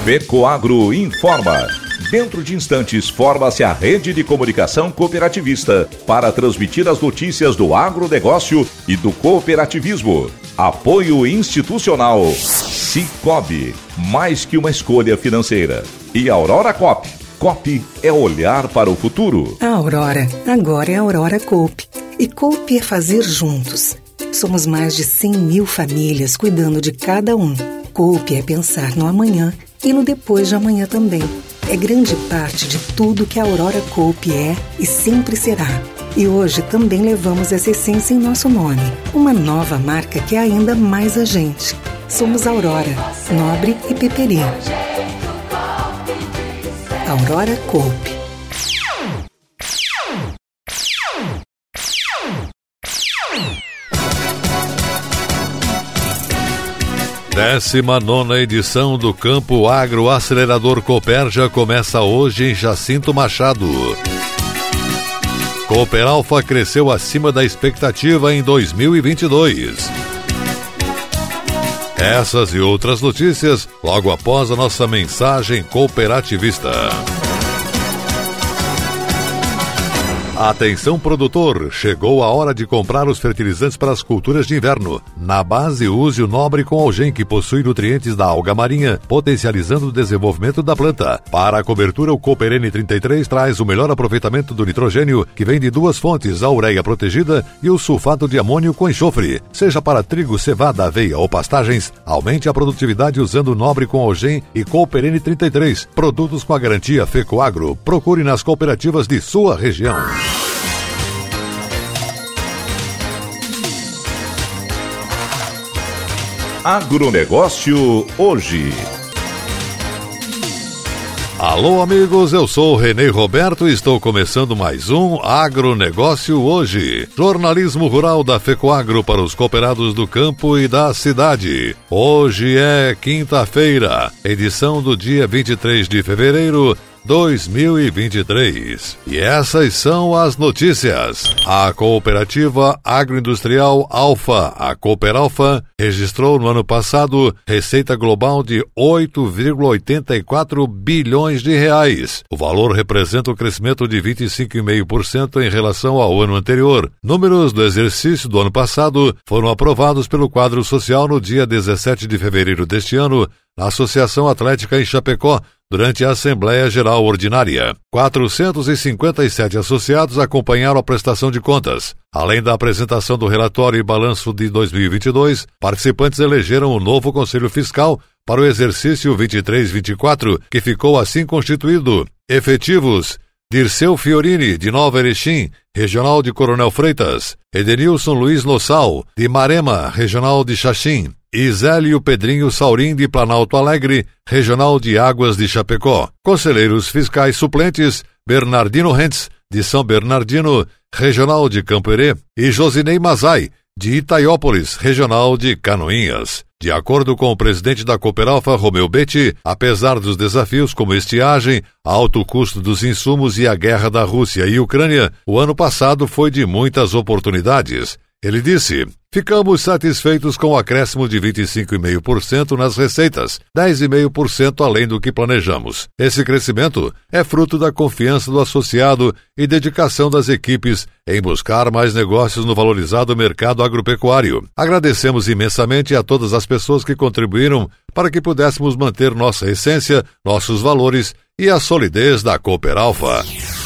FECOAGRO informa. Dentro de instantes, forma-se a rede de comunicação cooperativista para transmitir as notícias do agronegócio e do cooperativismo. Apoio institucional. Cicobi, mais que uma escolha financeira. E Aurora Coop. Coop é olhar para o futuro. A Aurora, agora é a Aurora Coop. E Coop é fazer juntos. Somos mais de 100 mil famílias cuidando de cada um. Coop é pensar no amanhã e no depois de amanhã também. É grande parte de tudo que a Aurora Coop é e sempre será. E hoje também levamos essa essência em nosso nome. Uma nova marca que é ainda mais a gente. Somos Aurora, Nobre e Peperi. Aurora Coop. Décima nona edição do Campo Agro Acelerador Cooperja começa hoje em Jacinto Machado. Cooperalfa cresceu acima da expectativa em 2022. Essas e outras notícias logo após a nossa mensagem cooperativista. Atenção produtor, chegou a hora de comprar os fertilizantes para as culturas de inverno. Na base, use o Nobre com Algem, que possui nutrientes da alga marinha, potencializando o desenvolvimento da planta. Para a cobertura, o Cooper N33 traz o melhor aproveitamento do nitrogênio, que vem de duas fontes, a ureia protegida e o sulfato de amônio com enxofre. Seja para trigo, cevada, aveia ou pastagens, aumente a produtividade usando o Nobre com Algem e Cooper N33. Produtos com a garantia FECOAGRO. Procure nas cooperativas de sua região. Agronegócio hoje. Alô amigos, eu sou o Renê Roberto e estou começando mais um Agronegócio hoje. Jornalismo rural da FECOAGRO para os cooperados do campo e da cidade. Hoje é quinta-feira, edição do dia 23 de fevereiro 2023. E essas são as notícias. A cooperativa agroindustrial Alfa, a Cooperalfa, registrou no ano passado receita global de 8,84 bilhões de reais. O valor representa um crescimento de 25,5% em relação ao ano anterior. Números do exercício do ano passado foram aprovados pelo quadro social no dia 17 de fevereiro deste ano, na Associação Atlética em Chapecó, durante a Assembleia Geral Ordinária. 457 associados acompanharam a prestação de contas. Além da apresentação do relatório e balanço de 2022, participantes elegeram o novo Conselho Fiscal para o exercício 23-24, que ficou assim constituído. Efetivos: Dirceu Fiorini, de Nova Erechim, Regional de Coronel Freitas; Edenilson Luiz Nossal, de Marema, Regional de Xaxim; e Zélio Pedrinho Saurim, de Planalto Alegre, Regional de Águas de Chapecó. Conselheiros fiscais suplentes: Bernardino Rentz, de São Bernardino, Regional de Campo Herê, e Josinei Mazai, de Itaiópolis, Regional de Canoinhas. De acordo com o presidente da Cooperalfa, Romeu Betti, apesar dos desafios como estiagem, alto custo dos insumos e a guerra da Rússia e Ucrânia, o ano passado foi de muitas oportunidades. Ele disse: ficamos satisfeitos com o acréscimo de 25,5% nas receitas, 10,5% além do que planejamos. Esse crescimento é fruto da confiança do associado e dedicação das equipes em buscar mais negócios no valorizado mercado agropecuário. Agradecemos imensamente a todas as pessoas que contribuíram para que pudéssemos manter nossa essência, nossos valores e a solidez da Cooperalfa.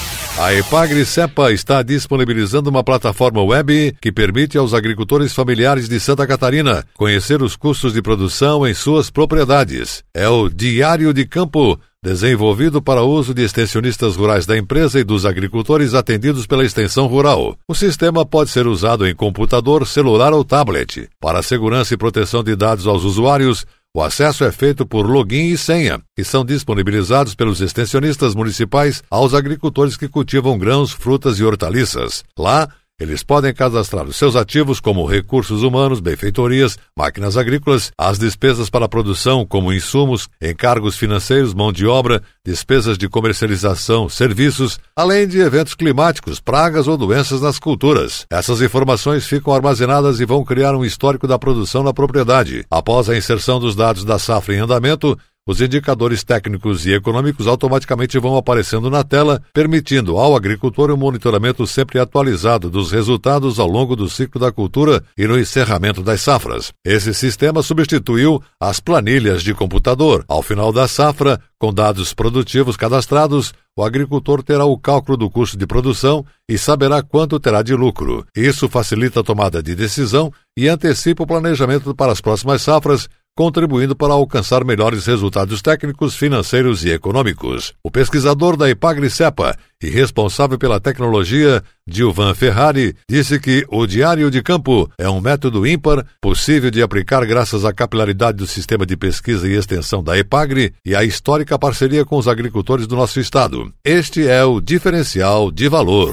A Epagri-Cepa está disponibilizando uma plataforma web que permite aos agricultores familiares de Santa Catarina conhecer os custos de produção em suas propriedades. É o Diário de Campo, desenvolvido para uso de extensionistas rurais da empresa e dos agricultores atendidos pela extensão rural. O sistema pode ser usado em computador, celular ou tablet. Para a segurança e proteção de dados aos usuários, o acesso é feito por login e senha, que são disponibilizados pelos extensionistas municipais aos agricultores que cultivam grãos, frutas e hortaliças. Lá, eles podem cadastrar os seus ativos como recursos humanos, benfeitorias, máquinas agrícolas, as despesas para a produção como insumos, encargos financeiros, mão de obra, despesas de comercialização, serviços, além de eventos climáticos, pragas ou doenças nas culturas. Essas informações ficam armazenadas e vão criar um histórico da produção na propriedade. Após a inserção dos dados da safra em andamento, os indicadores técnicos e econômicos automaticamente vão aparecendo na tela, permitindo ao agricultor um monitoramento sempre atualizado dos resultados ao longo do ciclo da cultura e no encerramento das safras. Esse sistema substituiu as planilhas de computador. Ao final da safra, com dados produtivos cadastrados, o agricultor terá o cálculo do custo de produção e saberá quanto terá de lucro. Isso facilita a tomada de decisão e antecipa o planejamento para as próximas safras, contribuindo para alcançar melhores resultados técnicos, financeiros e econômicos. O pesquisador da Epagri-Cepa e responsável pela tecnologia, Gilvan Ferrari, disse que o diário de campo é um método ímpar, possível de aplicar graças à capilaridade do sistema de pesquisa e extensão da Epagri e à histórica parceria com os agricultores do nosso estado. Este é o diferencial de valor.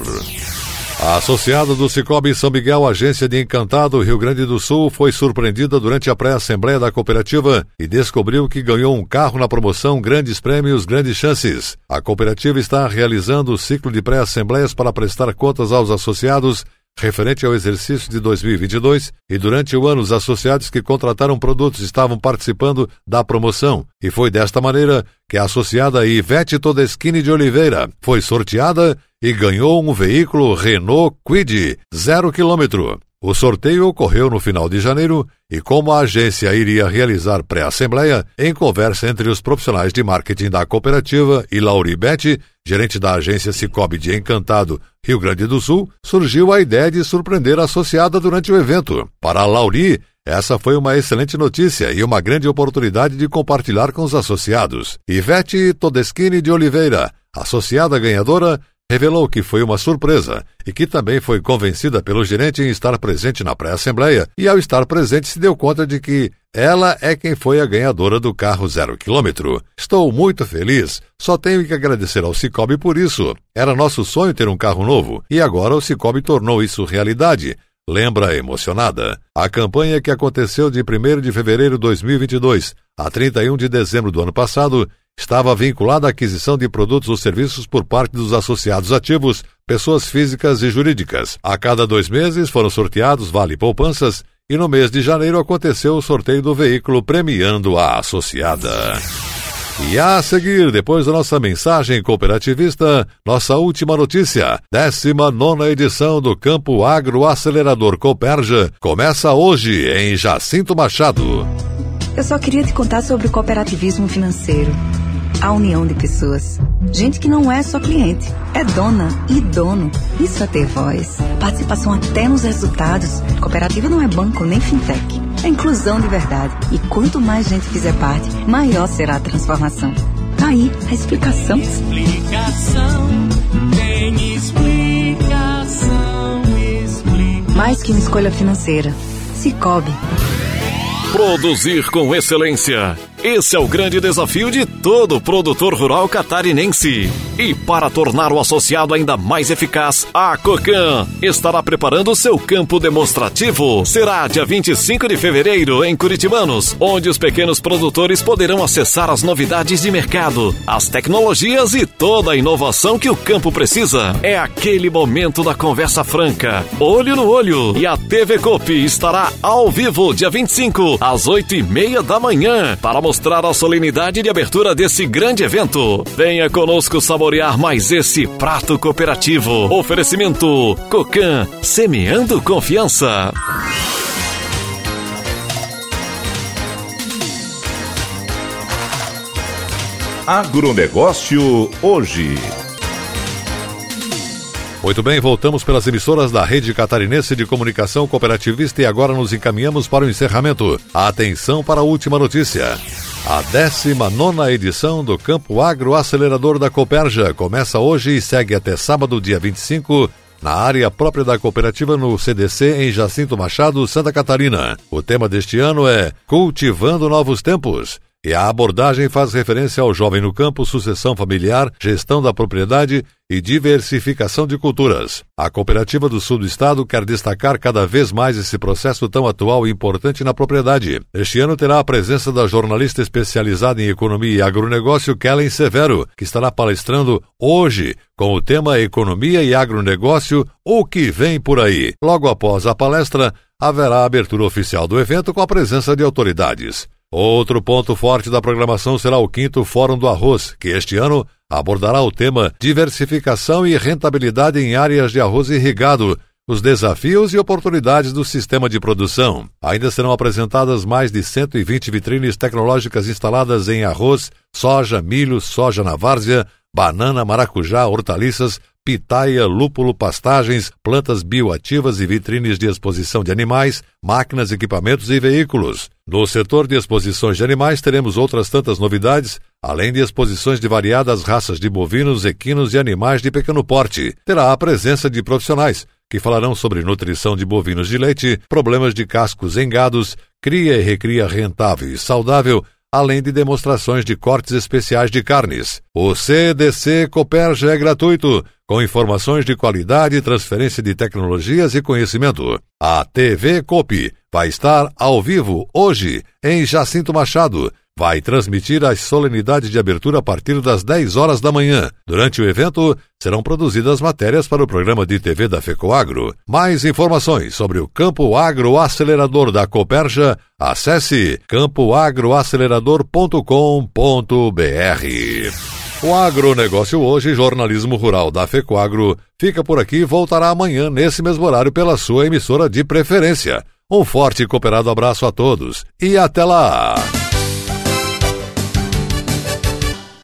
A associada do Sicoob São Miguel, agência de Encantado, Rio Grande do Sul, foi surpreendida durante a pré-assembleia da cooperativa e descobriu que ganhou um carro na promoção Grandes Prêmios, Grandes Chances. A cooperativa está realizando o ciclo de pré-assembleias para prestar contas aos associados referente ao exercício de 2022 e durante o ano os associados que contrataram produtos estavam participando da promoção e foi desta maneira que a associada Ivete Todeschini de Oliveira foi sorteada e ganhou um veículo Renault Kwid 0 km. O sorteio ocorreu no final de janeiro e como a agência iria realizar pré-assembleia, em conversa entre os profissionais de marketing da cooperativa e Lauribete, gerente da agência Sicoob de Encantado, Rio Grande do Sul, surgiu a ideia de surpreender a associada durante o evento. Para a Lauri, essa foi uma excelente notícia e uma grande oportunidade de compartilhar com os associados. Ivete Todeschini de Oliveira, associada ganhadora, revelou que foi uma surpresa e que também foi convencida pelo gerente em estar presente na pré-assembleia e ao estar presente se deu conta de que ela é quem foi a ganhadora do carro 0 km. Estou muito feliz, só tenho que agradecer ao Sicoob por isso. Era nosso sonho ter um carro novo e agora o Sicoob tornou isso realidade. Lembra emocionada. A campanha que aconteceu de 1º de fevereiro de 2022 a 31 de dezembro do ano passado estava vinculada à aquisição de produtos ou serviços por parte dos associados ativos, pessoas físicas e jurídicas. A cada 2 meses foram sorteados vale-poupanças e no mês de janeiro aconteceu o sorteio do veículo premiando a associada. E a seguir, depois da nossa mensagem cooperativista, nossa última notícia, 19ª edição do Campo Agro Acelerador Cooperja, começa hoje em Jacinto Machado. Eu só queria te contar sobre o cooperativismo financeiro. A união de pessoas. Gente que não é só cliente, é dona e dono. Isso é ter voz. Participação até nos resultados. Cooperativa não é banco nem fintech. É inclusão de verdade. E quanto mais gente fizer parte, maior será a transformação. Tá aí a explicação. Tem explicação. Mais que uma escolha financeira. Sicoob. Produzir com excelência. Esse é o grande desafio de todo produtor rural catarinense. E para tornar o associado ainda mais eficaz, a Cocan estará preparando o seu campo demonstrativo. Será dia 25 de fevereiro em Curitibanos, onde os pequenos produtores poderão acessar as novidades de mercado, as tecnologias e toda a inovação que o campo precisa. É aquele momento da conversa franca, olho no olho. E a TV Coop estará ao vivo dia 25, às 8h30 da manhã, para mostrar a solenidade de abertura desse grande evento. Venha conosco saborear mais esse prato cooperativo. Oferecimento Cocan, semeando confiança. Agronegócio hoje. Muito bem, voltamos pelas emissoras da Rede Catarinense de Comunicação Cooperativista e agora nos encaminhamos para o encerramento. Atenção para a última notícia. A 19ª edição do Campo Agro Acelerador da Cooperja começa hoje e segue até sábado, dia 25, na área própria da cooperativa no CDC em Jacinto Machado, Santa Catarina. O tema deste ano é Cultivando Novos Tempos. E a abordagem faz referência ao jovem no campo, sucessão familiar, gestão da propriedade e diversificação de culturas. A Cooperativa do Sul do Estado quer destacar cada vez mais esse processo tão atual e importante na propriedade. Este ano terá a presença da jornalista especializada em economia e agronegócio, Kellen Severo, que estará palestrando hoje com o tema Economia e Agronegócio, o que vem por aí. Logo após a palestra, haverá a abertura oficial do evento com a presença de autoridades. Outro ponto forte da programação será o 5º Fórum do Arroz, que este ano abordará o tema diversificação e rentabilidade em áreas de arroz irrigado, os desafios e oportunidades do sistema de produção. Ainda serão apresentadas mais de 120 vitrines tecnológicas instaladas em arroz, soja, milho, soja na várzea, banana, maracujá, hortaliças, pitaia, lúpulo, pastagens, plantas bioativas e vitrines de exposição de animais, máquinas, equipamentos e veículos. No setor de exposições de animais teremos outras tantas novidades, além de exposições de variadas raças de bovinos, equinos e animais de pequeno porte. Terá a presença de profissionais que falarão sobre nutrição de bovinos de leite, problemas de cascos em gados, cria e recria rentável e saudável, além de demonstrações de cortes especiais de carnes. O CDC Cooperja é gratuito, com informações de qualidade, transferência de tecnologias e conhecimento. A TV Coop vai estar ao vivo hoje em Jacinto Machado. Vai transmitir as solenidades de abertura a partir das 10 horas da manhã. Durante o evento, serão produzidas matérias para o programa de TV da FECOAGRO. Mais informações sobre o Campo Agro Acelerador da Cooperja, acesse campoagroacelerador.com.br. O Agronegócio Hoje, jornalismo rural da FECOAGRO, fica por aqui e voltará amanhã nesse mesmo horário pela sua emissora de preferência. Um forte e cooperado abraço a todos e até lá!